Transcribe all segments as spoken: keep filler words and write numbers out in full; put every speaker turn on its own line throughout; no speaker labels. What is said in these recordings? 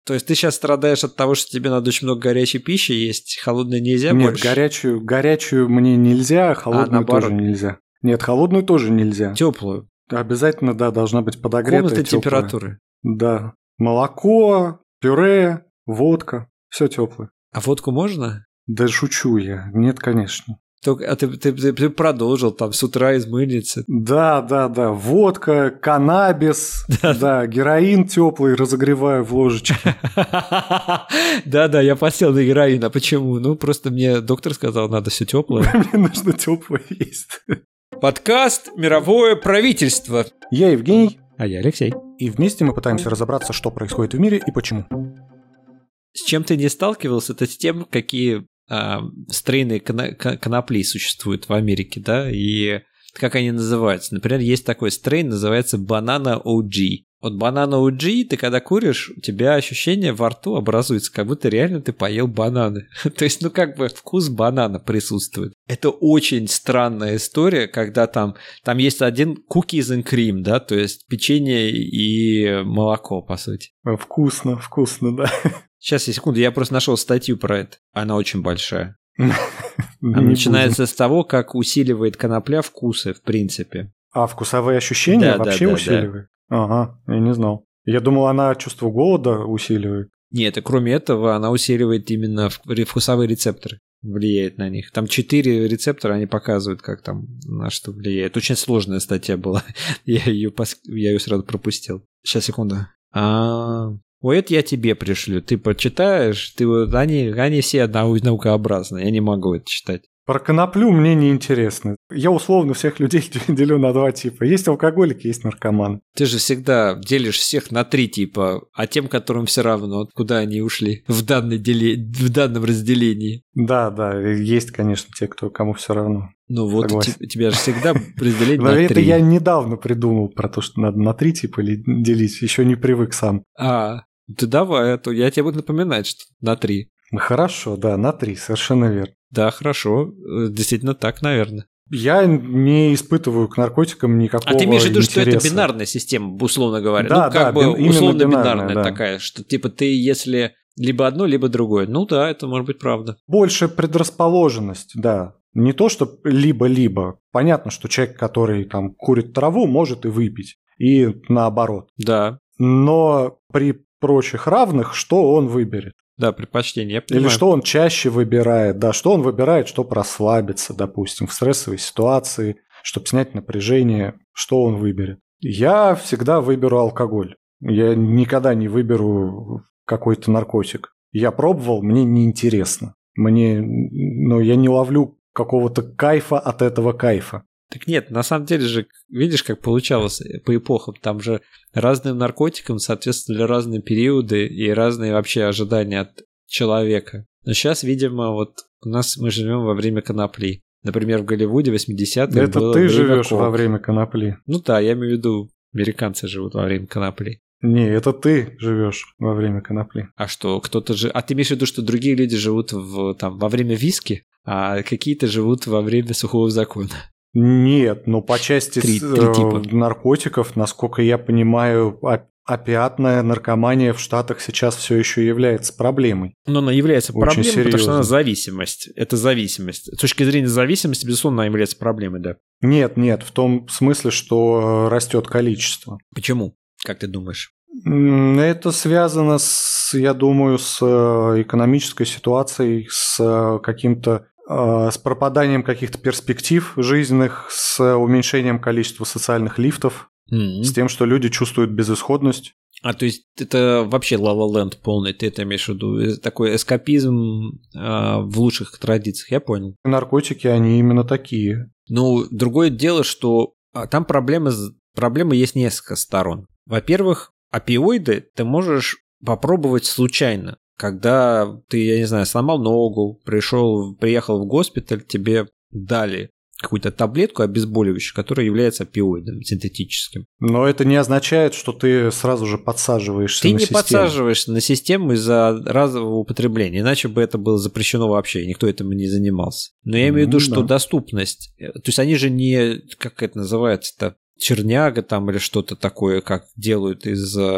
То есть ты сейчас страдаешь от того, что тебе надо очень много горячей пищи есть, холодной нельзя
Нет,
больше?
горячую, горячую мне нельзя, холодную а, тоже нельзя. Нет, холодную тоже нельзя.
Теплую?
Обязательно, да, должна быть подогретая,
комнатной
теплая.
температуры?
Да. Молоко, пюре, водка, все теплое.
А водку можно?
Да шучу я. Нет, конечно.
Только, а ты, ты, ты, ты продолжил там с утра из мыльницы.
Да, да, да. Водка, каннабис, да, героин теплый разогреваю в ложечке.
Да-да, я посел на героин. А почему? Ну, просто мне доктор сказал, надо все теплое.
Мне нужно теплое есть.
Подкаст «Мировое правительство».
Я Евгений.
А я Алексей.
И вместе мы пытаемся разобраться, что происходит в мире и почему.
С чем ты не сталкивался, это с тем, какие а, стрейны коно- конопли существуют в Америке, да, и как они называются. Например, есть такой стрейн, называется Banana о джи. Вот Banana о джи, ты когда куришь, у тебя ощущение во рту образуется, как будто реально ты поел бананы. То есть, ну как бы вкус банана присутствует. Это очень странная история, когда там, там есть один cookies and cream, да, то есть печенье и молоко, по сути.
Вкусно, вкусно, да.
Сейчас, секунду, я просто нашел статью про это. Она очень большая. Она начинается с того, как усиливает конопля вкусы, в принципе.
А, вкусовые ощущения
да,
вообще
да, да,
усиливает? Да. Ага, я не знал. Я думал, она чувство голода усиливает.
Нет, и кроме этого, она усиливает именно вкусовые рецепторы, влияет на них. Там четыре рецептора, они показывают, как там на что влияет. Очень сложная статья была. я, ее пос... я ее сразу пропустил. Сейчас, секунду. А-а-а. Ой, это я тебе пришлю. Ты почитаешь, ты вот они, они все наукообразные. Я не могу это читать.
Про коноплю мне не интересно. Я условно всех людей делю на два типа. Есть алкоголики, есть наркоманы.
Ты же всегда делишь всех на три типа, а тем, которым все равно, куда они ушли в, данной деле... в данном разделении.
Да, да, есть, конечно, те, кто кому все равно.
Ну вот у тебя же всегда разделение на три.
Это я недавно придумал про то, что надо на три типа делить. Еще не привык сам.
А, ты давай, а то я тебе буду напоминать, что на три.
Хорошо, да, на три, совершенно верно.
Да, хорошо, действительно так, наверное.
Я не испытываю к наркотикам никакого интереса.
А ты имеешь в виду, что это бинарная система, условно говоря?
Да,
ну, как
да,
бы условно-бинарная
да.
такая, что типа ты, если либо одно, либо другое. Ну да, это может быть правда.
Больше предрасположенность, да. Не то, что либо-либо. Понятно, что человек, который там курит траву, может и выпить. И наоборот.
Да.
Но при прочих равных, что он выберет?
Да, предпочтение, я понимаю.
Или что он чаще выбирает, да, что он выбирает, чтобы расслабиться, допустим, в стрессовой ситуации, чтобы снять напряжение, что он выберет. Я всегда выберу алкоголь. Я никогда не выберу какой-то наркотик. Я пробовал, мне неинтересно. Мне, ну, я не ловлю какого-то кайфа от этого кайфа.
Так нет, на самом деле же, видишь, как получалось по эпохам, там же разным наркотикам соответствовали разные периоды и разные вообще ожидания от человека. Но сейчас, видимо, вот у нас мы живем во время конопли. Например, в Голливуде восьмидесятые
Это
было
ты
время
живешь
кок.
во время конопли.
Ну да, я имею в виду, американцы живут во время конопли.
Не, это ты живешь во время конопли.
А что, кто-то же... А ты имеешь в виду, что другие люди живут в, там, во время виски, а какие-то живут во время сухого закона?
Нет, ну по части
три, три типа.
наркотиков, насколько я понимаю, опиатная наркомания в Штатах сейчас все еще является проблемой.
Но она является
Очень
проблемой,
серьезно.
Потому что она зависимость. Это зависимость. С точки зрения зависимости, безусловно, она является проблемой, да.
Нет, нет, в том смысле, что растет количество.
Почему? Как ты думаешь?
Это связано, с, я думаю, с экономической ситуацией, с каким-то с пропаданием каких-то перспектив жизненных, с уменьшением количества социальных лифтов, mm-hmm. с тем, что люди чувствуют безысходность.
А, то есть это вообще ла-ла-ленд полный, ты это имеешь в виду? Такой эскапизм э, в лучших традициях, я понял.
Наркотики, они именно такие.
Ну, другое дело, что там проблемы, проблемы есть несколько сторон. Во-первых, опиоиды ты можешь попробовать случайно. Когда ты, я не знаю, сломал ногу, пришел, приехал в госпиталь, тебе дали какую-то таблетку обезболивающую, которая является опиоидом синтетическим.
Но это не означает, что ты сразу же подсаживаешься
ты
на систему. Ты
не подсаживаешься на систему из-за разового употребления, иначе бы это было запрещено вообще, и никто этим не занимался. Но я имею в виду, mm, что да. доступность, то есть они же не, как это называется-то, черняга там или что-то такое, как делают из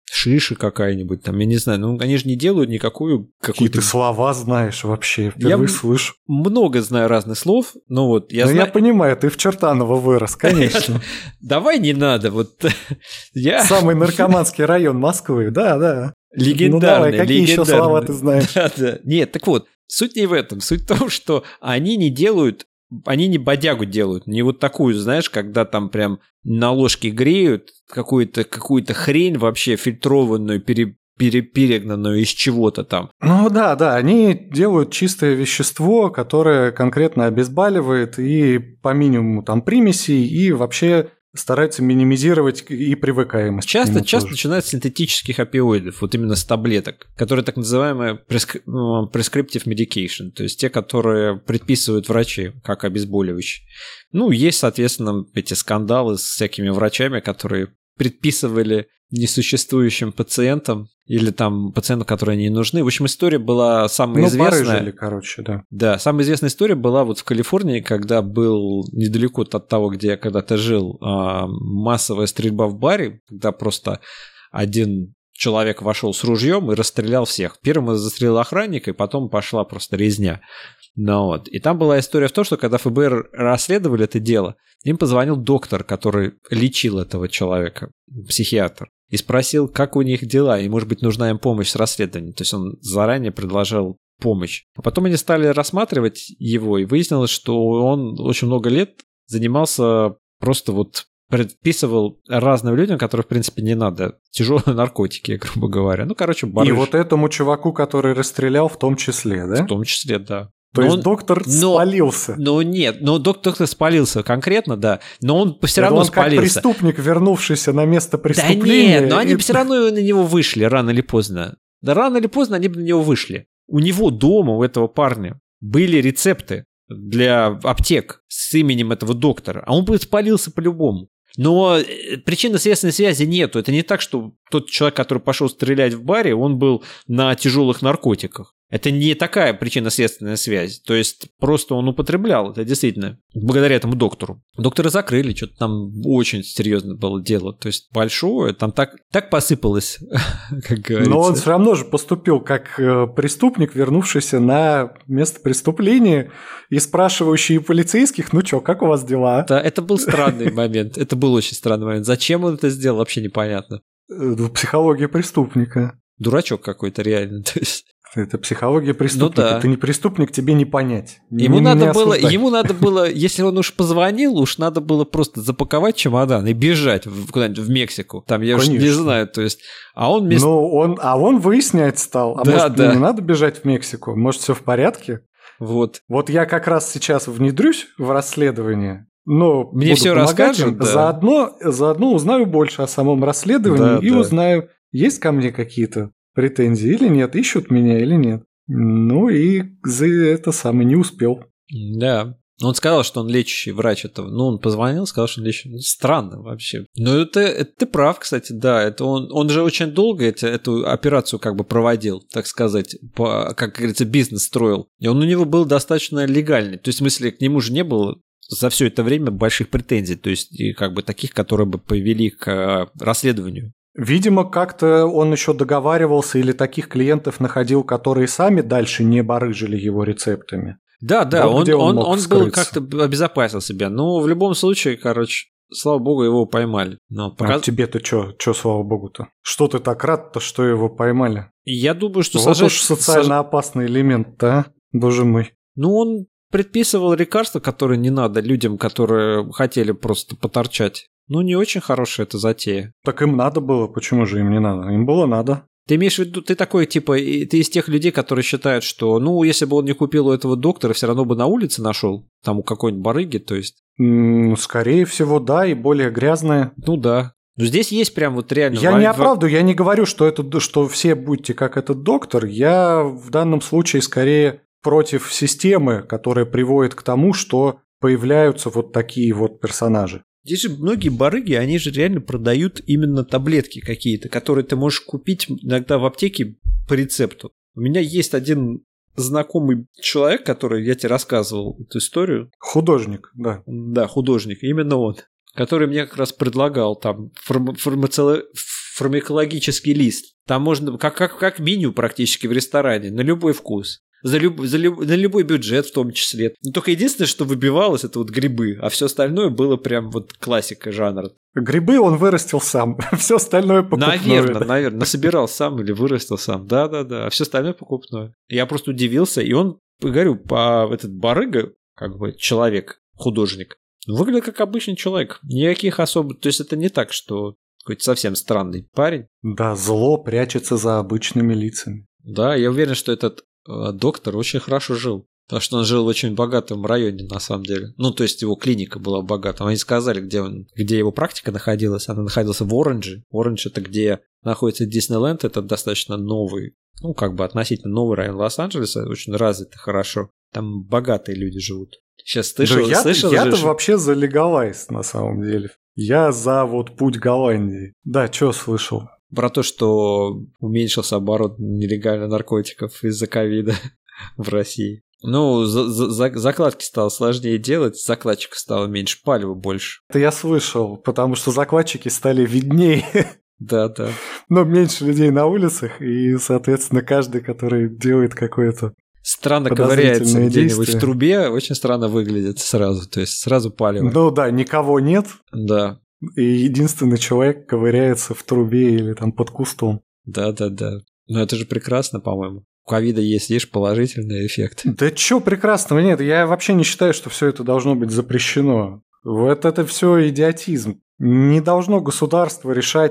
шиша какая-нибудь, там, я не знаю, ну, они же не делают никакую...
Какие ты слова знаешь вообще, впервые
я
слышу.
Много знаю разных слов, но вот я
ну,
знаю...
я понимаю, ты в Чертаново вырос, конечно.
Давай не надо, вот я...
Самый наркоманский район Москвы, да, да.
Легендарный.
Ну давай, какие еще слова ты знаешь?
Да, да. Нет, так вот, суть не в этом. Суть в том, что они не делают, они не бодягу делают, не вот такую, знаешь, когда там прям на ложке греют какую-то какую-то хрень вообще фильтрованную, пере, пере, перегнанную из чего-то там.
Ну да, да, они делают чистое вещество, которое конкретно обезболивает и по минимуму там примесей, и вообще... стараются минимизировать и привыкаемость.
Часто, часто начинают с синтетических опиоидов, вот именно с таблеток, которые так называемые prescriptive medication, то есть те, которые предписывают врачи как обезболивающие. Ну, есть, соответственно, эти скандалы с всякими врачами, которые предписывали несуществующим пациентам или там пациентам, которые не нужны. В общем, история была самая
ну,
известная.
Барыжили, короче, да.
Да, самая известная история была вот в Калифорнии, когда был недалеко от того, где я когда-то жил, массовая стрельба в баре, когда просто один человек вошел с ружьем и расстрелял всех. Первым застрелил охранника, и потом пошла просто резня. Ну, вот. И там была история в том, что когда эф бэ эр расследовали это дело, им позвонил доктор, который лечил этого человека, психиатр, и спросил, как у них дела, и, может быть, нужна им помощь с расследованием. То есть он заранее предложил помощь. А потом они стали рассматривать его, и выяснилось, что он очень много лет занимался просто вот предписывал разным людям, которым, в принципе, не надо. Тяжелые наркотики, грубо говоря. Ну, короче, барыш.
И вот этому чуваку, который расстрелял, в том числе, да?
В том числе, да.
То
но
есть
он,
доктор но, спалился.
Ну нет, но доктор спалился конкретно, да. Но он все
Это
равно
он
спалился.
Как преступник, вернувшийся на место преступления.
Да нет, но они
и...
все равно на него вышли рано или поздно. Да рано или поздно они бы на него вышли. У него дома, у этого парня, были рецепты для аптек с именем этого доктора, а он бы спалился по-любому. Но причинно-следственной связи нету. Это не так, что тот человек, который пошел стрелять в баре, он был на тяжелых наркотиках. Это не такая причинно-следственная связь. То есть просто он употреблял. Это действительно благодаря этому доктору. Доктора закрыли, что-то там очень серьезное было дело. То есть большое, там так, так посыпалось, как говорится.
Но он все равно же поступил как преступник, вернувшийся на место преступления и спрашивающий полицейских, ну что, как у вас дела?
Да, это был странный момент. Это был очень странный момент. Зачем он это сделал, вообще непонятно.
Психология преступника.
Дурачок какой-то реально. То есть...
Это психология преступника.
Ну, да.
Ты не преступник, тебе не понять.
Ему,
не,
надо
не
было, ему надо было, если он уж позвонил, уж надо было просто запаковать чемодан и бежать куда-нибудь в Мексику. Там я Конечно. уж не знаю, то есть... А он, вместо...
ну, он, а он выяснять стал. А да, может, да. не надо бежать в Мексику? Может, все в порядке?
Вот.
Вот я как раз сейчас внедрюсь в расследование. Но
мне все расскажут,
да. заодно, заодно узнаю больше о самом расследовании да, и да. узнаю, есть ко мне какие-то претензии или нет, ищут меня или нет. Ну и за это самое не успел.
Да. Он сказал, что он лечащий врач этого. Ну, он позвонил, сказал, что он лечащий. Странно вообще. Но это, это ты прав, кстати, да. Это он, он же очень долго эти, эту операцию как бы проводил, так сказать, по, как говорится, бизнес строил. И он у него был достаточно легальный. То есть, в смысле, к нему же не было за все это время больших претензий. То есть, и как бы таких, которые бы повели к расследованию.
Видимо, как-то он еще договаривался или таких клиентов находил, которые сами дальше не барыжили его рецептами.
Да, да, вот он, он, он, он был как-то обезопасил себя. Но в любом случае, короче, слава богу, его поймали. Но пока...
А тебе-то что, что, слава богу-то? Что ты так рад-то, что его поймали?
Я думаю, что...
Вот
сажать...
уж социально саж... опасный элемент-то, а? Боже мой.
Ну, он предписывал лекарства, которые не надо людям, которые хотели просто поторчать. Ну, не очень хорошая эта затея.
Так им надо было, почему же им не надо? Им было надо.
Ты имеешь в виду, ты такой, типа, ты из тех людей, которые считают, что, ну, если бы он не купил у этого доктора, все равно бы на улице нашел, там у какой-нибудь барыги, то есть...
М-м, скорее всего, да, и более грязное.
Ну, да. Но здесь есть прям вот реально...
Я не оправдываю, я не говорю, что, это, что все будьте как этот доктор. Я в данном случае скорее против системы, которая приводит к тому, что появляются вот такие вот персонажи.
Здесь же многие барыги, они же реально продают именно таблетки какие-то, которые ты можешь купить иногда в аптеке по рецепту. У меня есть один знакомый человек, который, я тебе рассказывал эту историю.
Художник, да.
Да, художник, именно он. Который мне как раз предлагал там фарма- фармаци... фармакологический лист. Там можно, как, как, как меню практически в ресторане, на любой вкус. За люб, за люб, на любой бюджет в том числе. Но только единственное, что выбивалось, это вот грибы, а все остальное было прям вот классика жанра.
Грибы он вырастил сам, все остальное покупное.
Наверное, наверное, насобирал сам или вырастил сам, да-да-да, а все остальное покупное. Я просто удивился, и он, говорю, по этот барыга, как бы человек, художник, выглядит как обычный человек, никаких особых, то есть это не так, что какой-то совсем странный парень.
Да, зло прячется за обычными лицами.
Да, я уверен, что этот доктор очень хорошо жил. Потому что он жил в очень богатом районе, на самом деле. Ну, то есть его клиника была богата. Они сказали, где, он, где его практика находилась. Она находилась в Оранже. Оранж – это где находится Диснейленд. Это достаточно новый, ну, как бы относительно новый район Лос-Анджелеса. Очень развитый, хорошо. Там богатые люди живут. Сейчас слышал,
да
слышал
я,
же,
я-то
что...
вообще за легалайз, на самом деле. Я за вот путь Голландии. Да, что слышал?
Про то, что уменьшился оборот нелегальных наркотиков из-за ковида в России. Ну, за, за, закладки стало сложнее делать, закладчиков стало меньше, палева больше.
Это я слышал, потому что закладчики стали виднее.
Да, да.
Но меньше людей на улицах, и, соответственно, каждый, который делает какое-то
странно ковыряется где-нибудь в трубе, очень странно выглядит сразу, то есть сразу палево.
Ну да, никого нет.
Да.
И единственный человек ковыряется в трубе или там под кустом.
Да, да, да. Но это же прекрасно, по-моему. У ковида есть лишь положительный эффект.
Да чё прекрасного нет, я вообще не считаю, что все это должно быть запрещено. Вот это все идиотизм. Не должно государство решать,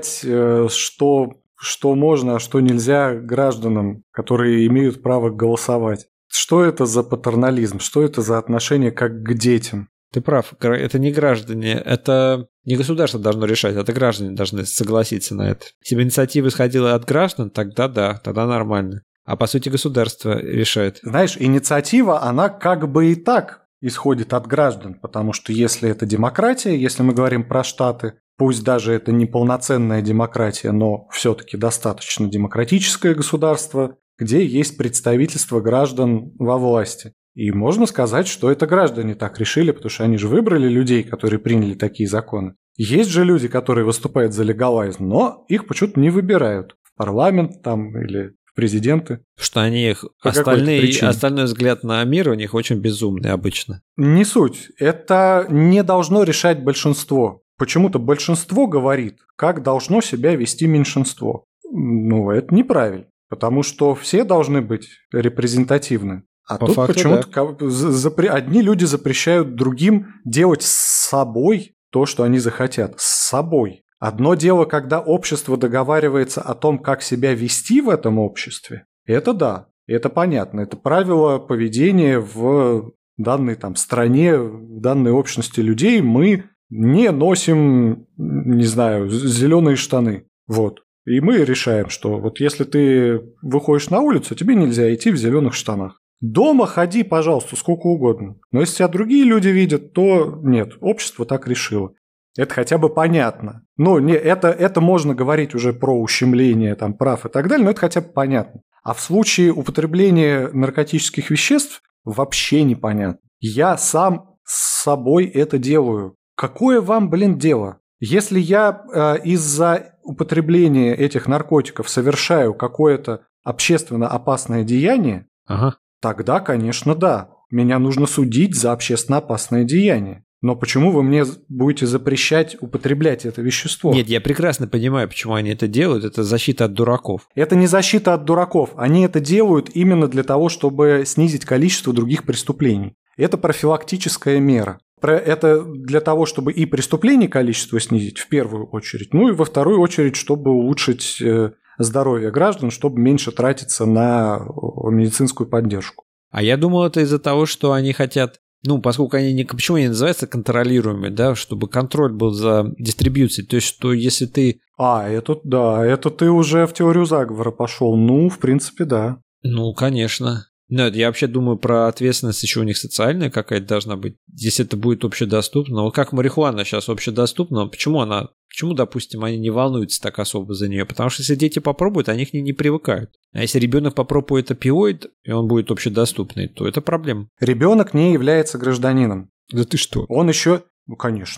что, что можно, а что нельзя гражданам, которые имеют право голосовать. Что это за патернализм? Что это за отношение как к детям?
Ты прав, это не граждане, это не государство должно решать, это граждане должны согласиться на это. Если бы инициатива исходила от граждан, тогда да, тогда нормально. А по сути государство решает.
Знаешь, инициатива, она как бы и так исходит от граждан, потому что если это демократия, если мы говорим про Штаты, пусть даже это не полноценная демократия, но все-таки достаточно демократическое государство, где есть представительство граждан во власти. И можно сказать, что это граждане так решили, потому что они же выбрали людей, которые приняли такие законы. Есть же люди, которые выступают за легалайз, но их почему-то не выбирают в парламент там или в президенты.
Что они их остальные, остальной взгляд на мир у них очень безумный обычно.
Не суть. Это не должно решать большинство. Почему-то большинство говорит, как должно себя вести меньшинство. Ну, это неправильно, потому что все должны быть репрезентативны. А
По
тут
факту,
почему-то
да.
запре... одни люди запрещают другим делать с собой то, что они захотят. С собой. Одно дело, когда общество договаривается о том, как себя вести в этом обществе. Это да, это понятно. Это правило поведения в данной там стране, в данной общности людей. Мы не носим, не знаю, зеленые штаны. Вот. И мы решаем, что вот если ты выходишь на улицу, тебе нельзя идти в зеленых штанах. Дома ходи, пожалуйста, сколько угодно. Но если тебя другие люди видят, то нет, общество так решило. Это хотя бы понятно. Ну, не, это, это можно говорить уже про ущемление там, прав и так далее, но это хотя бы понятно. А в случае употребления наркотических веществ вообще непонятно. Я сам с собой это делаю. Какое вам, блин, дело? Если я э, из-за употребления этих наркотиков совершаю какое-то общественно опасное деяние,
ага.
Тогда, конечно, да. Меня нужно судить за общественно опасное деяние. Но почему вы мне будете запрещать употреблять это вещество?
Нет, я прекрасно понимаю, почему они это делают. Это защита от дураков.
Это не защита от дураков. Они это делают именно для того, чтобы снизить количество других преступлений. Это профилактическая мера. Это для того, чтобы и преступлений количество снизить в первую очередь, ну и во вторую очередь, чтобы улучшить здоровье граждан, чтобы меньше тратиться на медицинскую поддержку.
А я думал, это из-за того, что они хотят, ну, поскольку они не, почему они называются контролируемые, да, чтобы контроль был за дистрибьюцией, то есть, что если ты...
А, это, да, это ты уже в теорию заговора пошел, ну, в принципе, да.
Ну, конечно. Нет, я вообще думаю про ответственность еще у них социальная какая-то должна быть. Если это будет общедоступно. Вот как марихуана сейчас общедоступна, почему она, почему, допустим, они не волнуются так особо за нее? Потому что если дети попробуют, они к ней не привыкают. А если ребенок попробует опиоид, и он будет общедоступный, то это проблема.
Ребенок не является гражданином.
Да ты что?
Он еще, ну, конечно.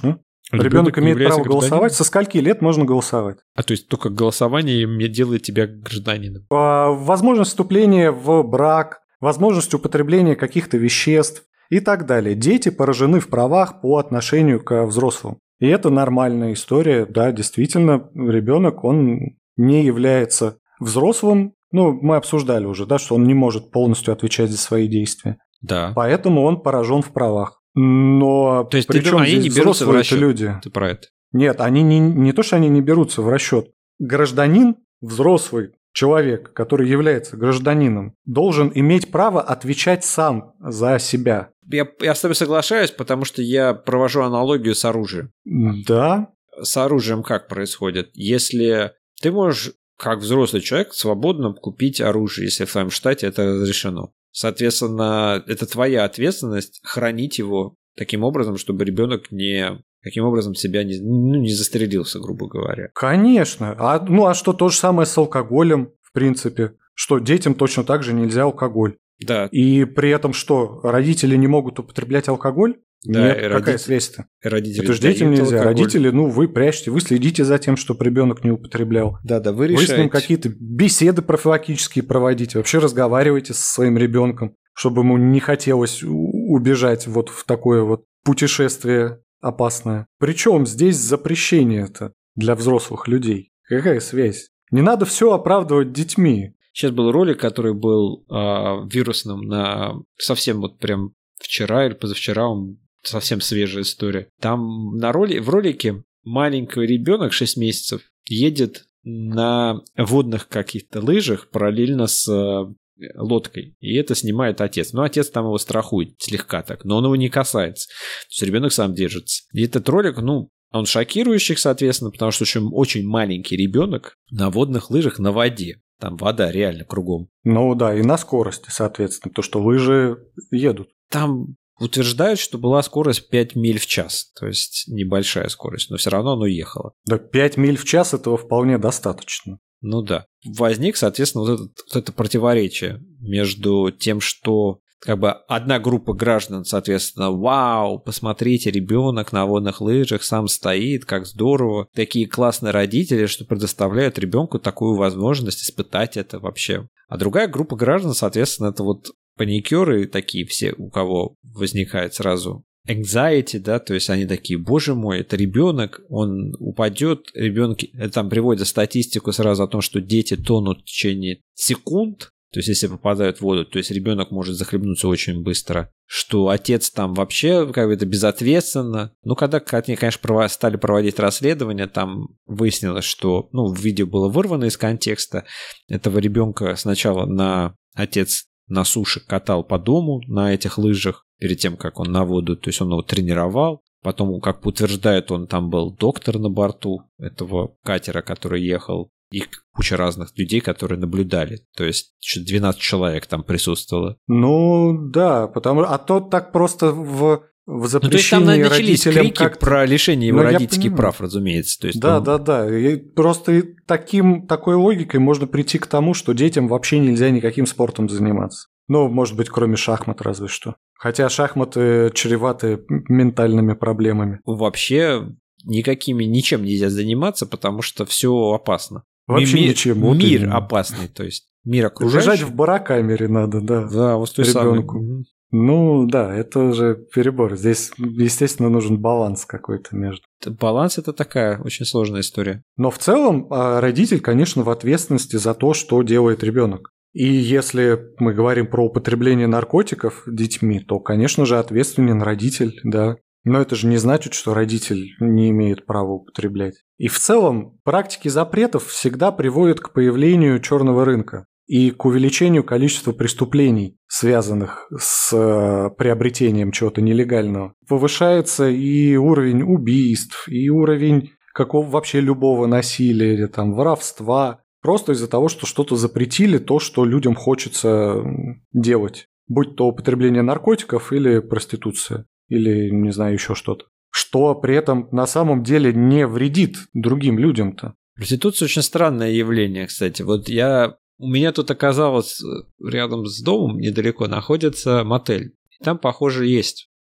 Ребенок имеет право голосовать. Со скольки лет можно голосовать?
А то есть только голосование мне делает тебя гражданином?
Возможность вступления в брак, возможность употребления каких-то веществ и так далее. Дети поражены в правах по отношению к взрослым. И это нормальная история. Да, действительно, ребенок, он не является взрослым. Ну, мы обсуждали уже, да, что он не может полностью отвечать за свои действия.
Да.
Поэтому он поражен в правах. Но
то есть
причем
они
здесь
не берутся в расчет.
Люди?
Ты про это?
Нет, они не, не то, что они не берутся в расчет. Гражданин, взрослый человек, который является гражданином, должен иметь право отвечать сам за себя.
Я, я с тобой соглашаюсь, потому что я провожу аналогию с оружием.
Да.
С оружием как происходит? Если ты можешь, как взрослый человек, свободно купить оружие, если в твоем штате это разрешено. Соответственно, это твоя ответственность хранить его таким образом, чтобы ребенок не каким образом себя не, ну, не застрелился, грубо говоря.
Конечно. А, ну а что то же самое с алкоголем, в принципе? Что детям точно так же нельзя алкоголь.
Да.
И при этом что, родители не могут употреблять алкоголь?
Да,
Нет,
и
какая
родители,
связь-то?
Родители
это же детям нельзя.
Алкоголь.
Родители, ну, вы прячете, вы следите за тем, чтобы ребенок не употреблял.
Да, да, вы
Вы
решаете.
с ним какие-то беседы профилактические проводите, вообще разговариваете со своим ребенком, чтобы ему не хотелось убежать вот в такое вот путешествие опасное. Причем здесь запрещение-то для взрослых людей. Какая связь? Не надо все оправдывать детьми.
Сейчас был ролик, который был э, вирусным на совсем вот прям вчера или позавчера, он совсем свежая история. Там на роли, в ролике маленький ребенок шесть месяцев едет на водных каких-то лыжах параллельно с э, лодкой. И это снимает отец. Ну, отец там его страхует слегка так, но он его не касается. То есть ребенок сам держится. И этот ролик, ну, он шокирующий, соответственно, потому что очень, очень маленький ребенок на водных лыжах на воде. Там вода реально кругом.
Ну да, и на скорости, соответственно, то, что лыжи едут.
Там утверждают, что была скорость пять миль в час, то есть небольшая скорость, но все равно оно ехало.
Да, пять миль в час этого вполне достаточно.
Ну да. Возник, соответственно, вот, этот, вот это противоречие между тем, что как бы одна группа граждан, соответственно, вау, посмотрите, ребенок на водных лыжах сам стоит, как здорово. Такие классные родители, что предоставляют ребенку такую возможность испытать это вообще. А другая группа граждан, соответственно, это вот паникеры такие все, у кого возникает сразу anxiety, да, то есть они такие, боже мой, это ребенок, он упадет, ребенки, там приводят статистику сразу о том, что дети тонут в течение секунд. То есть, если попадают в воду, то есть ребенок может захлебнуться очень быстро. Что отец там вообще как бы это безответственно. Ну, когда, конечно, стали проводить расследование, там выяснилось, что ну, видео было вырвано из контекста. Этого ребенка сначала на отец на суше катал по дому на этих лыжах, перед тем, как он на воду, то есть он его тренировал. Потом, как утверждает, он там был доктор на борту этого катера, который ехал. И куча разных людей, которые наблюдали. То есть двенадцать человек там присутствовало.
Ну, да, потому а то так просто в, в запрещении ну, то есть там
начались крики
как
про лишение его ну, родительских прав, разумеется. То есть,
да,
он...
да, да. И просто таким, такой логикой можно прийти к тому, что детям вообще нельзя никаким спортом заниматься. Ну, может быть, кроме шахмат разве что. Хотя шахматы чреваты ментальными проблемами.
Вообще никакими, ничем нельзя заниматься, потому что все опасно.
Вообще
Ми-
ничем.
Вот мир
именно.
опасный, то есть мир окружающий.
Лежать в барокамере надо, да.
Да, вот той
ребенку.
самой.
Ну да, это уже перебор. Здесь, естественно, нужен баланс какой-то между.
Баланс – это такая очень сложная история.
Но в целом родитель, конечно, в ответственности за то, что делает ребенок. И если мы говорим про употребление наркотиков детьми, то, конечно же, ответственен родитель, да. Но это же не значит, что родитель не имеет права употреблять. И в целом практики запретов всегда приводят к появлению черного рынка и к увеличению количества преступлений, связанных с приобретением чего-то нелегального. Повышается и уровень убийств, и уровень какого вообще любого насилия, или там воровства, просто из-за того, что что-то запретили, то, что людям хочется делать, будь то употребление наркотиков или проституция. Или, не знаю, еще что-то. Что при этом на самом деле не вредит другим людям-то.
Проституция очень странное явление, кстати. Вот я... У меня тут оказалось рядом с домом, недалеко, находится мотель. И там, похоже, есть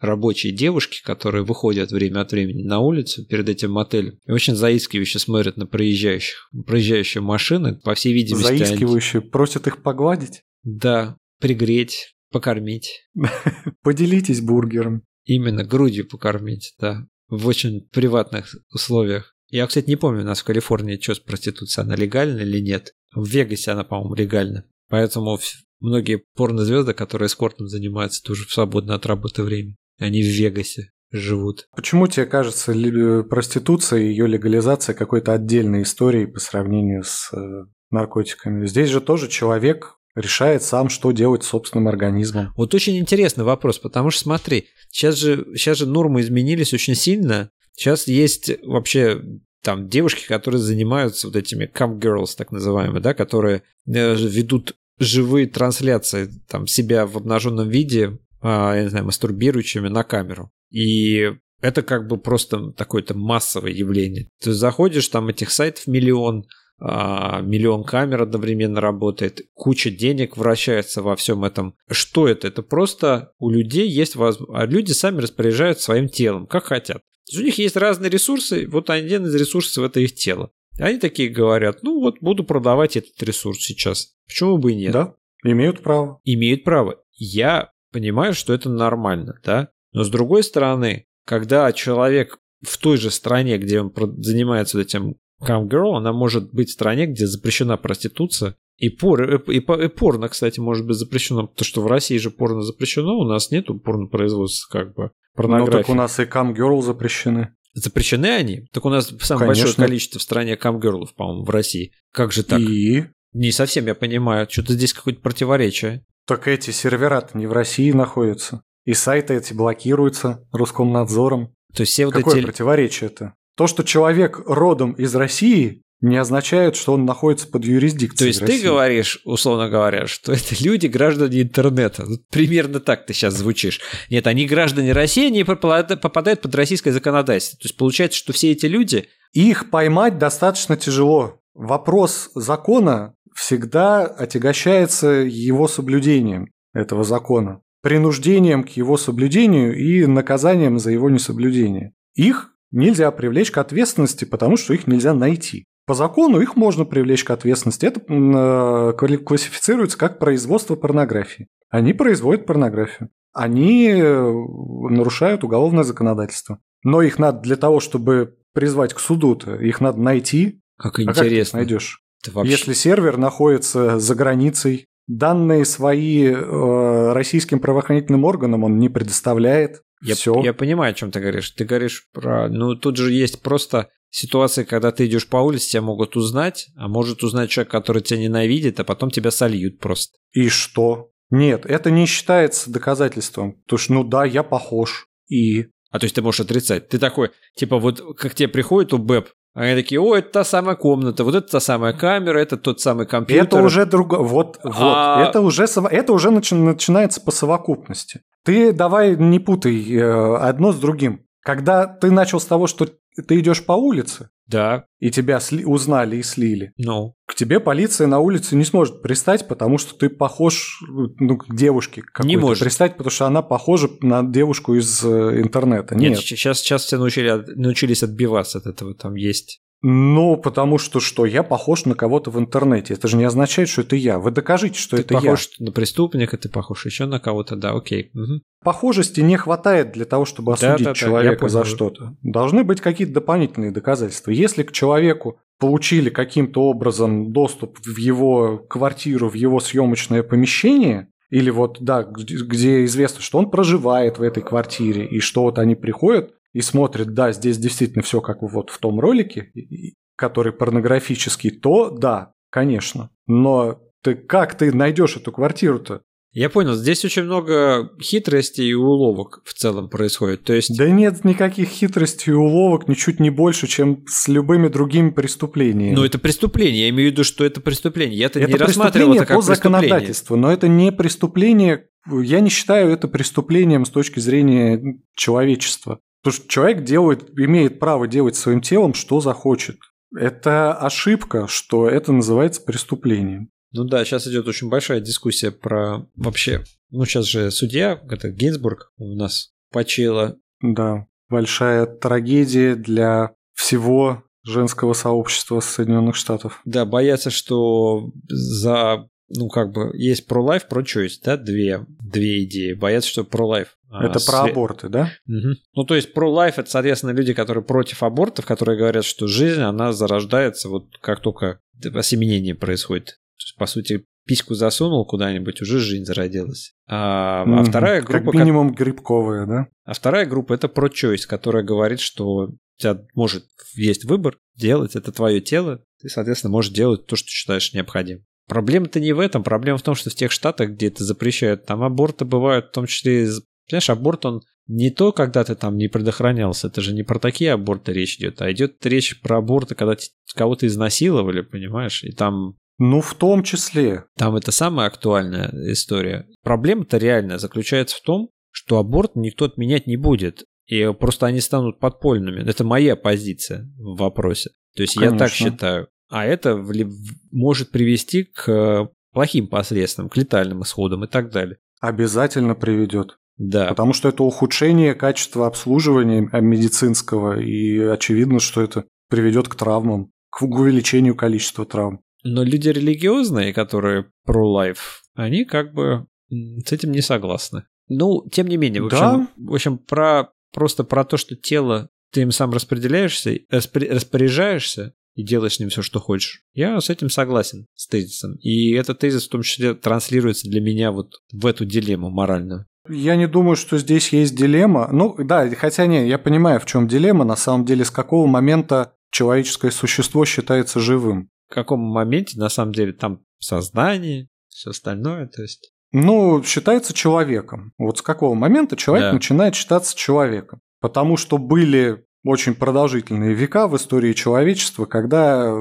рабочие девушки, которые выходят время от времени на улицу перед этим мотелем и очень заискивающе смотрят на проезжающих, проезжающие машины, по всей видимости.
Заискивающе они... просят их погладить?
Да, пригреть, покормить.
Поделитесь бургером.
Именно, грудью покормить, да, в очень приватных условиях. Я, кстати, не помню, у нас в Калифорнии что с проституцией, она легальна или нет. В Вегасе она, по-моему, легальна. Поэтому многие порнозвезды, которые эскортом занимаются, тоже в свободное от работы время. Они в Вегасе живут.
Почему тебе кажется проституция и ее легализация какой-то отдельной историей по сравнению с наркотиками? Здесь же тоже человек решает сам, что делать с собственным организмом.
Вот очень интересный вопрос, потому что смотри, сейчас же, сейчас же нормы изменились очень сильно. Сейчас есть вообще там девушки, которые занимаются вот этими cam girls, так называемые, да, которые ведут живые трансляции там себя в обнаженном виде, я не знаю, мастурбирующими на камеру. И это как бы просто такое-то массовое явление. Ты заходишь, там этих сайтов миллион, миллион камер одновременно работает, куча денег вращается во всем этом. Что это? Это просто у людей есть возможность, а люди сами распоряжаются своим телом, как хотят. У них есть разные ресурсы, вот один из ресурсов – это их тело. Они такие говорят, ну вот буду продавать этот ресурс сейчас. Почему бы и нет?
Да, имеют право.
Имеют право. Я понимаю, что это нормально, да? Но с другой стороны, когда человек в той же стране, где он занимается вот этим cam girl, она может быть в стране, где запрещена проституция. И, пор, и, и, и порно, кстати, может быть запрещено. Потому что в России же порно запрещено, у нас нету порнопроизводства, как бы, порнографии.
Ну так у нас и cam girl запрещены.
Запрещены они? Так у нас самое
Конечно.
большое количество в стране cam girl'ов, по-моему, в России. Как же так?
И?
Не совсем я понимаю. Что-то здесь какое-то противоречие.
Так эти сервера не в России находятся. И сайты эти блокируются Роскомнадзором.
То есть все вот
Какое
эти...
противоречие-то? То, что человек родом из России, не означает, что он находится под юрисдикцией
То есть
России.
ты говоришь, условно говоря, что это люди, граждане интернета. Примерно так ты сейчас звучишь. Нет, они граждане России, они попадают под российское законодательство. То есть получается, что все эти люди...
Их поймать достаточно тяжело. Вопрос закона всегда отягощается его соблюдением, этого закона. Принуждением к его соблюдению и наказанием за его несоблюдение. Их нельзя привлечь к ответственности, потому что их нельзя найти. По закону их можно привлечь к ответственности. Это классифицируется как производство порнографии. Они производят порнографию. Они нарушают уголовное законодательство. Но их надо для того, чтобы призвать к суду-то, их надо найти.
Как
а
интересно.
как ты их найдешь?
Вообще...
Если сервер находится за границей, данные свои э, российским правоохранительным органам он не предоставляет.
Я,
Все.
я понимаю, о чем ты говоришь. Ты говоришь про... Ну, тут же есть просто ситуация, когда ты идешь по улице, тебя могут узнать, а может узнать человек, который тебя ненавидит, а потом тебя сольют просто.
И что? Нет, это не считается доказательством. Потому что, ну да, я похож. И...
А то есть ты можешь отрицать. Ты такой, типа, вот как тебе приходит УБЭП, а они такие, о, это та самая комната, вот это та самая камера, это тот самый компьютер.
Это уже другое. Вот,
а...
вот. Это уже, это уже начи... начинается по совокупности. Ты давай не путай одно с другим. Когда ты начал с того, что ты идешь по улице,
да,
и тебя сли... узнали и слили,
ну.
к тебе полиция на улице не сможет пристать, потому что ты похож, ну, к девушке какой-то.
Не может.
Пристать, потому что она похожа на девушку из интернета.
Нет,
Нет.
сейчас, сейчас все научили, научились отбиваться от этого, там есть...
Ну, потому что что? Я похож на кого-то в интернете. Это же не означает, что это я. Вы докажите, что
ты
это
похож
я.
на преступника, ты похож еще на кого-то, да, окей. Угу.
Похожести не хватает для того, чтобы осудить
да, да,
человека
да,
за что-то. Должны быть какие-то дополнительные доказательства. Если к человеку получили каким-то образом доступ в его квартиру, в его съемочное помещение, или вот, да, где известно, что он проживает в этой квартире, и что вот они приходят и смотрят, да, здесь действительно все как вот в том ролике, который порнографический, то да, конечно. Но ты как ты найдешь эту квартиру-то?
Я понял, здесь очень много хитростей и уловок в целом происходит. То есть...
Да нет никаких хитростей и уловок, ничуть не больше, чем с любыми другими преступлениями.
Ну, это преступление. Я имею в виду, что это преступление. Я-то
это
не рассматривал это как
по законодательству, но это не преступление. Я не считаю это преступлением с точки зрения человечества. Потому что человек делает, имеет право делать своим телом, что захочет. Это ошибка, что это называется преступлением.
Ну да, сейчас идет очень большая дискуссия про вообще... Ну, сейчас же судья, это Гейнсбург у нас почила.
Да, большая трагедия для всего женского сообщества Соединенных Штатов.
Да, боятся, что за, ну, как бы, есть pro-life, pro-choice, да, две, две идеи. Боятся, что pro-life.
Это а, про све... аборты, да?
Угу. Ну, то есть pro-life – это, соответственно, люди, которые против абортов, которые говорят, что жизнь, она зарождается вот как только осеменение происходит. То есть, по сути, письку засунул куда-нибудь, уже жизнь зародилась. А, mm-hmm. а вторая группа...
Как минимум как... грибковая, да?
А вторая группа – это pro-choice, которая говорит, что у тебя может есть выбор делать, это твое тело, ты, соответственно, можешь делать то, что считаешь необходимым. Проблема-то не в этом, проблема в том, что в тех штатах, где это запрещают, там аборты бывают, в том числе, понимаешь, аборт, он не то, когда ты там не предохранялся, это же не про такие аборты речь идет, а идет речь про аборты, когда кого-то изнасиловали, понимаешь, и там...
Ну, в том числе.
Там это самая актуальная история. Проблема-то реальная заключается в том, что аборт никто отменять не будет, и просто они станут подпольными. Это моя позиция в вопросе. То есть Конечно. Я так считаю. А это может привести к плохим последствиям, к летальным исходам и так далее.
Обязательно приведет.
Да.
Потому что это ухудшение качества обслуживания медицинского, и очевидно, что это приведет к травмам, к увеличению количества травм.
Но люди религиозные, которые pro-life, они как бы с этим не согласны. Ну, тем не менее, в общем,
да?
в общем про, просто про то, что тело, ты им сам распределяешься, распоряжаешься и делаешь с ним все, что хочешь. Я с этим согласен, с тезисом. И этот тезис в том числе транслируется для меня вот в эту дилемму моральную.
Я не думаю, что здесь есть дилемма. Ну, да, хотя не, я понимаю, в чем дилемма. На самом деле, с какого момента человеческое существо считается живым?
В каком моменте, на самом деле, там сознание, все остальное, то есть...
Ну, считается человеком. Вот с какого момента человек
Да.
начинает считаться человеком? Потому что были очень продолжительные века в истории человечества, когда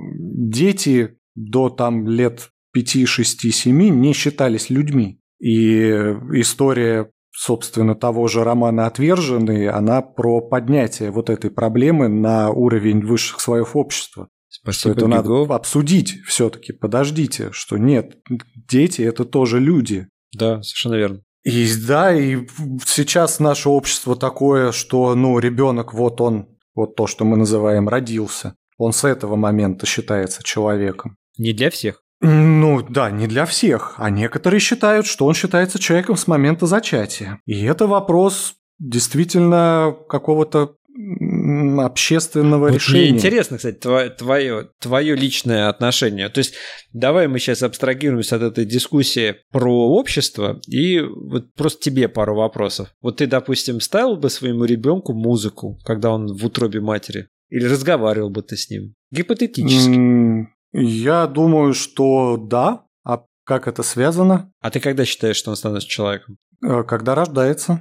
дети до там лет пяти, шести, семи не считались людьми. И история, собственно, того же романа «Отверженные», она про поднятие вот этой проблемы на уровень высших слоев общества.
Спасибо,
что это
Гюго.
надо обсудить все-таки. Подождите, что нет, дети – это тоже люди.
Да, совершенно верно.
И да, и сейчас наше общество такое, что, ну, ребенок, вот он, вот то, что мы называем, родился. Он с этого момента считается человеком.
Не для всех.
Ну да, не для всех. А некоторые считают, что он считается человеком с момента зачатия. И это вопрос действительно какого-то общественного
вот
решения.
Мне интересно, кстати, твое, твое, твое личное отношение. То есть давай мы сейчас абстрагируемся от этой дискуссии про общество и вот просто тебе пару вопросов. Вот ты, допустим, ставил бы своему ребенку музыку, когда он в утробе матери? Или разговаривал бы ты с ним? Гипотетически.
Я думаю, что да. А как это связано?
А ты когда считаешь, что он становится человеком?
Когда рождается.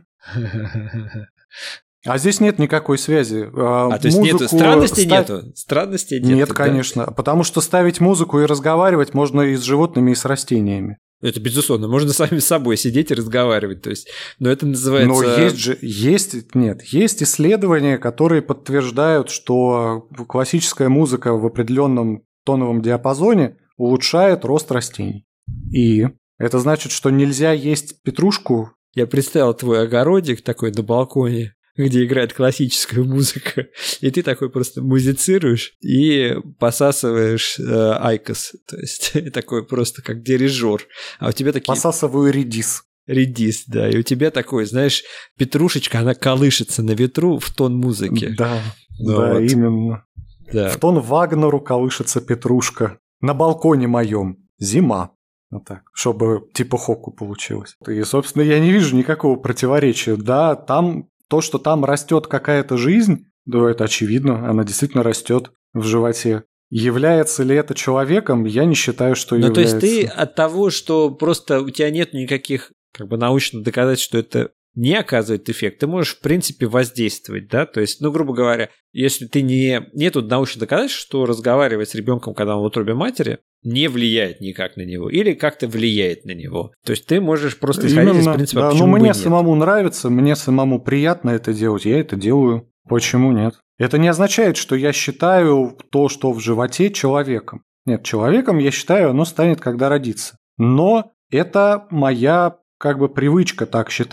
А здесь нет никакой связи.
А то есть нету странностей
став...
нету? Странностей нету,
Нет,
да?
конечно. Потому что ставить музыку и разговаривать можно и с животными, и с растениями.
Это безусловно. Можно сами с собой сидеть и разговаривать. То есть, но это называется...
Но есть же... Есть... Нет. Есть исследования, которые подтверждают, что классическая музыка в определенном тоновом диапазоне улучшает рост растений. И это значит, что нельзя есть петрушку.
Я представил твой огородик такой на балконе, где играет классическая музыка, и ты такой просто музицируешь и посасываешь э, айкос, то есть такой просто как дирижер, а у тебя такие...
Посасываю редис.
Редис, да, и у тебя такой, знаешь, петрушечка, она колышется на ветру в тон музыки.
Да,
ну,
да,
вот.
именно.
Да.
В тон Вагнеру колышется петрушка. На балконе моем зима. Вот так, чтобы типа хоку получилось. И, собственно, я не вижу никакого противоречия. Да, там... То, что там растет какая-то жизнь, да, это очевидно, она действительно растет в животе. Является ли это человеком, я не считаю, что
ну,
является.
То есть ты от того, что просто у тебя нет никаких как бы научных доказательств, что это не оказывает эффект, ты можешь, в принципе, воздействовать, да, то есть, ну, грубо говоря, если ты не... Нету научных доказательств, что разговаривать с ребенком, когда он в утробе матери, не влияет никак на него или как-то влияет на него. То есть ты можешь просто исходить
Именно,
из принципа,
да,
почему
но
бы
мне
нет.
самому нравится, мне самому приятно это делать, я это делаю. Почему нет? Это не означает, что я считаю то, что в животе, человеком. Нет, человеком я считаю, оно станет, когда родится. Но это моя как бы привычка так считать.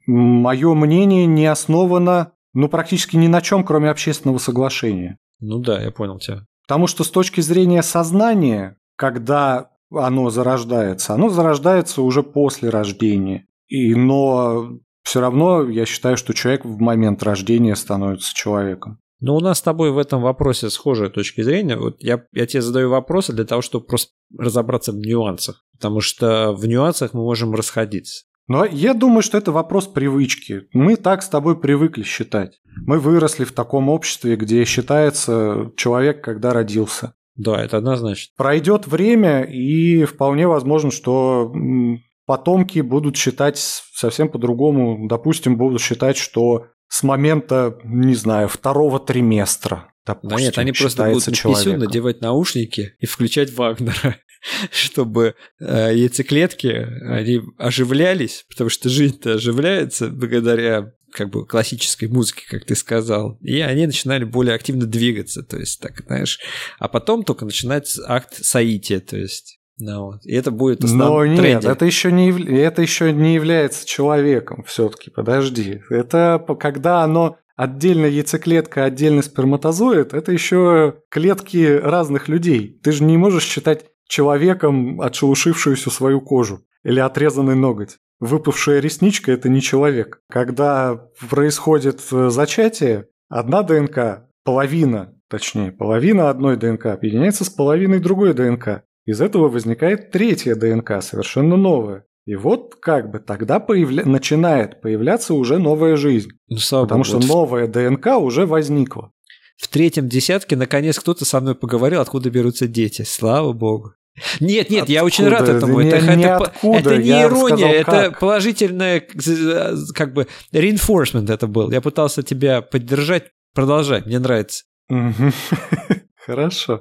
Мое мнение не основано, ну, практически ни на чем, кроме общественного соглашения.
Ну да, я понял тебя.
Потому что с точки зрения сознания, когда оно зарождается, оно зарождается уже после рождения. И, но все равно я считаю, что человек в момент рождения становится человеком.
Ну, у нас с тобой в этом вопросе схожие точки зрения. Вот я, я тебе задаю вопросы для того, чтобы просто разобраться в нюансах. Потому что в нюансах мы можем расходиться.
Но я думаю, что это вопрос привычки. Мы так с тобой привыкли считать. Мы выросли в таком обществе, где считается человек, когда родился.
Да, это однозначно.
Пройдет время, и вполне возможно, что потомки будут считать совсем по-другому. Допустим, будут считать, что с момента, не знаю, второго триместра, допустим,
да нет, они просто будут на писю надевать наушники и включать Вагнера, чтобы э, яйцеклетки, они оживлялись, потому что жизнь-то оживляется благодаря как бы классической музыке, как ты сказал, и они начинали более активно двигаться, то есть так, знаешь, а потом только начинается акт соития, то есть, ну вот, и это будет основным
трендом. Но нет,
тренде.
это еще не, это еще не является человеком все-таки, подожди, это когда оно отдельно яйцеклетка, отдельно сперматозоид, это еще клетки разных людей, ты же не можешь считать человеком отшелушившуюся свою кожу или отрезанный ноготь. Выпавшая ресничка – это не человек. Когда происходит зачатие, одна ДНК, половина, точнее, половина одной ДНК объединяется с половиной другой ДНК. Из этого возникает третья ДНК, совершенно новая. И вот как бы тогда появля... начинает появляться уже новая жизнь.
Ну, слава
потому
Богу,
что
вот
новая ДНК уже возникла.
В третьем десятке наконец кто-то со мной поговорил, откуда берутся дети. Слава Богу. Нет, нет, откуда? Я очень рад этому.
Не,
это,
не
это,
откуда,
это не
я
ирония,
сказал,
это
как.
положительное, как бы, reinforcement это был. Я пытался тебя поддержать, продолжать, мне нравится.
Хорошо.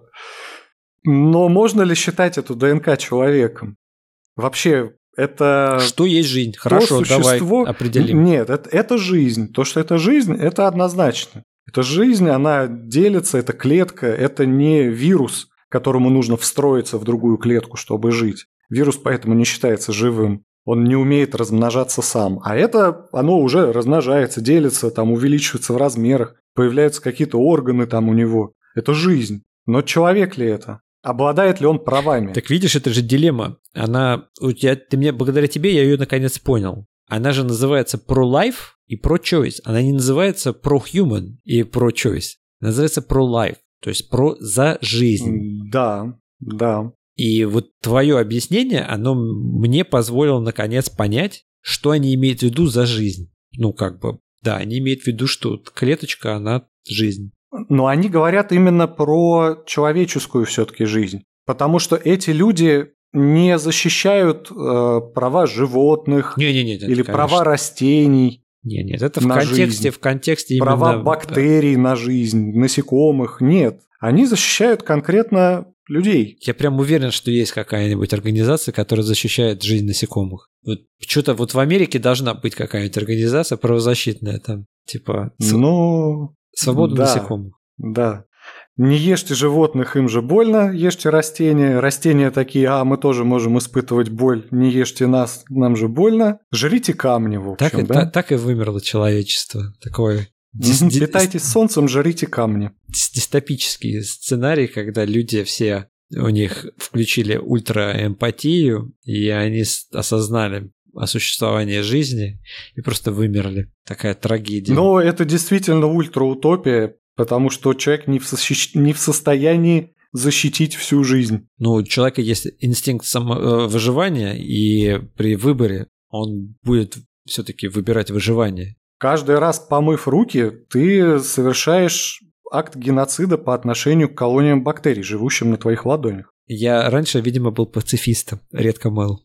Но можно ли считать эту ДНК человеком? Вообще, это...
Что есть жизнь? Хорошо,
существо...
давай определим.
Нет, это, это жизнь. То, что это жизнь, это однозначно. Это жизнь, она делится, это клетка, это не вирус, которому нужно встроиться в другую клетку, чтобы жить. Вирус поэтому не считается живым. Он не умеет размножаться сам. А это, оно уже размножается, делится, там, увеличивается в размерах, появляются какие-то органы там у него. Это жизнь. Но человек ли это? Обладает ли он правами?
Так видишь, это же дилемма. Она, у тебя, ты мне, благодаря тебе я ее наконец понял. Она же называется pro-life и pro-choice. Она не называется pro-human и pro-choice. Она называется pro-life. То есть про за жизнь.
Да, да.
И вот твое объяснение, оно мне позволило наконец понять, что они имеют в виду за жизнь. Ну, как бы, да, они имеют в виду, что клеточка, она жизнь.
Но они говорят именно про человеческую все-таки жизнь. Потому что эти люди не защищают э, права животных
не, не, не,
или
конечно.
права растений.
Нет, нет, это в контексте,
жизнь.
в контексте именно...
Права бактерий на жизнь, насекомых. Нет. Они защищают конкретно людей.
Я прям уверен, что есть какая-нибудь организация, которая защищает жизнь насекомых. Вот что-то вот в Америке должна быть какая-нибудь организация правозащитная, там, типа...
Ну...
Свобода
да,
насекомых.
Да. Не ешьте животных, им же больно, ешьте растения. Растения такие, а мы тоже можем испытывать боль. Не ешьте нас, нам же больно. Жрите камни, в общем,
так, и,
да?
та, так и вымерло человечество. Такое...
Питайтесь солнцем, жрите камни.
Дистопический сценарий, когда люди все, у них включили ультраэмпатию, и они осознали о существовании жизни и просто вымерли. Такая трагедия.
Но это действительно ультраутопия, потому что человек не в, со- не в состоянии защитить всю жизнь.
Ну, у человека есть инстинкт самовыживания, и при выборе он будет все-таки выбирать выживание.
Каждый раз, помыв руки, ты совершаешь акт геноцида по отношению к колониям бактерий, живущим на твоих ладонях.
Я раньше, видимо, был пацифистом, редко мыл.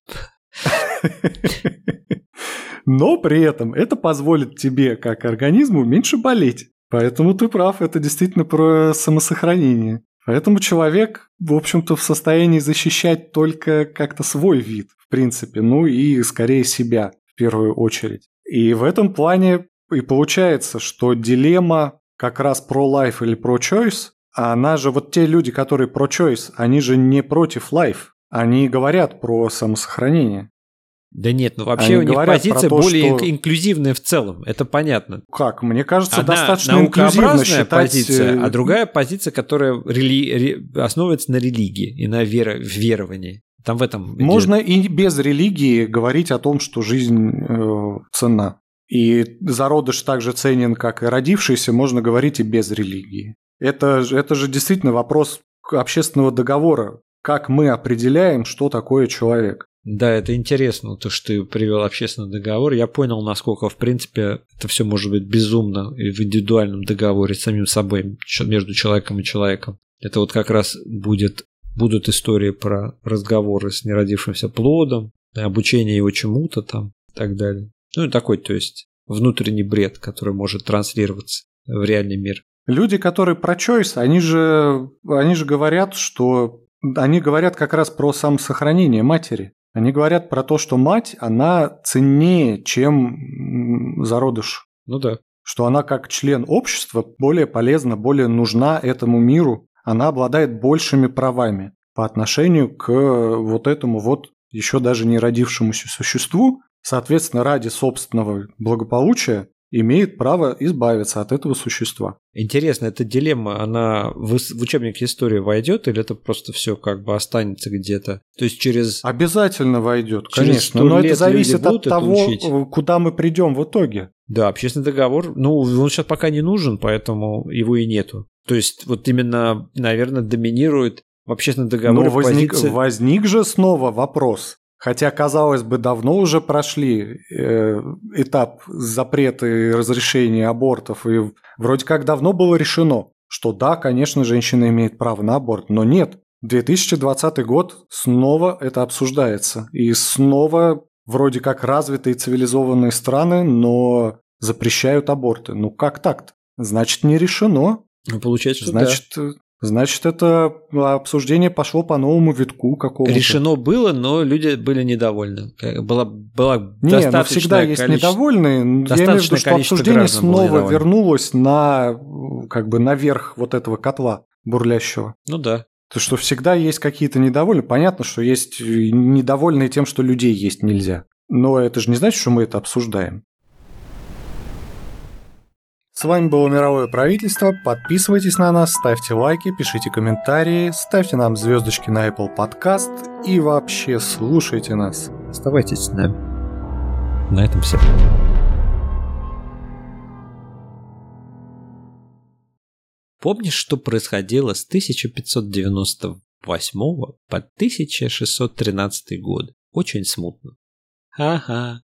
Но при этом это позволит тебе, как организму, меньше болеть. Поэтому ты прав, это действительно про самосохранение. Поэтому человек, в общем-то, в состоянии защищать только как-то свой вид, в принципе, ну и скорее себя в первую очередь. И в этом плане и получается, что дилемма как раз pro-life или pro-choice, она же, вот те люди, которые pro-choice, они же не против life, они говорят про самосохранение.
Да нет, ну вообще
Они
у них позиция
то,
более
что...
инклюзивная в целом, это понятно.
Как? Мне кажется,
Одна
достаточно инклюзивно считать...
позиция, а другая позиция, которая рели... основывается на религии и на веро... веровании. Там в этом...
Можно и без религии говорить о том, что жизнь э, ценна. И зародыш так же ценен, как и родившийся, можно говорить и без религии. Это, это же действительно вопрос общественного договора. Как мы определяем, что такое человек?
Да, это интересно, то, что ты привел общественный договор. Я понял, насколько, в принципе, это все может быть безумно и в индивидуальном договоре с самим собой, между человеком и человеком. Это вот как раз будет, будут истории про разговоры с неродившимся плодом, обучение его чему-то там и так далее. Ну и такой, то есть, внутренний бред, который может транслироваться в реальный мир.
Люди, которые про choice, они же, они же говорят, что... Они говорят как раз про самосохранение матери. Они говорят про то, что мать, она ценнее, чем зародыш.
Ну да.
Что она как член общества более полезна, более нужна этому миру. Она обладает большими правами по отношению к вот этому вот еще даже не родившемуся существу. Соответственно, ради собственного благополучия имеет право избавиться от этого существа.
Интересно, эта дилемма, она в, в учебник истории войдет или это просто все как бы останется где-то? То есть через...
Обязательно войдет, конечно, но это зависит от того, куда мы придем в итоге.
Да, общественный договор, ну, он сейчас пока не нужен, поэтому его и нету. То есть вот именно, наверное, доминирует в общественном договоре
Но возник,
позиция...
возник же снова вопрос. Хотя, казалось бы, давно уже прошли э, этап запрета и разрешения абортов, и вроде как давно было решено, что да, конечно, женщина имеет право на аборт, но нет. две тысячи двадцатый год снова это обсуждается, и снова вроде как развитые цивилизованные страны, но запрещают аборты. Ну как так-то? Значит, не решено.
Ну, получается, что
Значит,
да.
Значит, это обсуждение пошло по новому витку какому-то.
Решено было, но люди были недовольны. Была, была
Не,
достаточное
ну всегда есть
количество...
недовольные. Я имею в виду, что обсуждение снова вернулось на, как бы, наверх вот этого котла бурлящего.
Ну да.
То, что всегда есть какие-то недовольные. Понятно, что есть недовольные тем, что людей есть нельзя. Но это же не значит, что мы это обсуждаем. С вами было Мировое правительство. Подписывайтесь на нас, ставьте лайки, пишите комментарии, ставьте нам звездочки на Apple Podcast и вообще слушайте нас.
Оставайтесь с нами. На этом все. Помнишь, что происходило с тысяча пятьсот девяносто восьмого по тысяча шестьсот тринадцатый год? Очень смутно. Ага.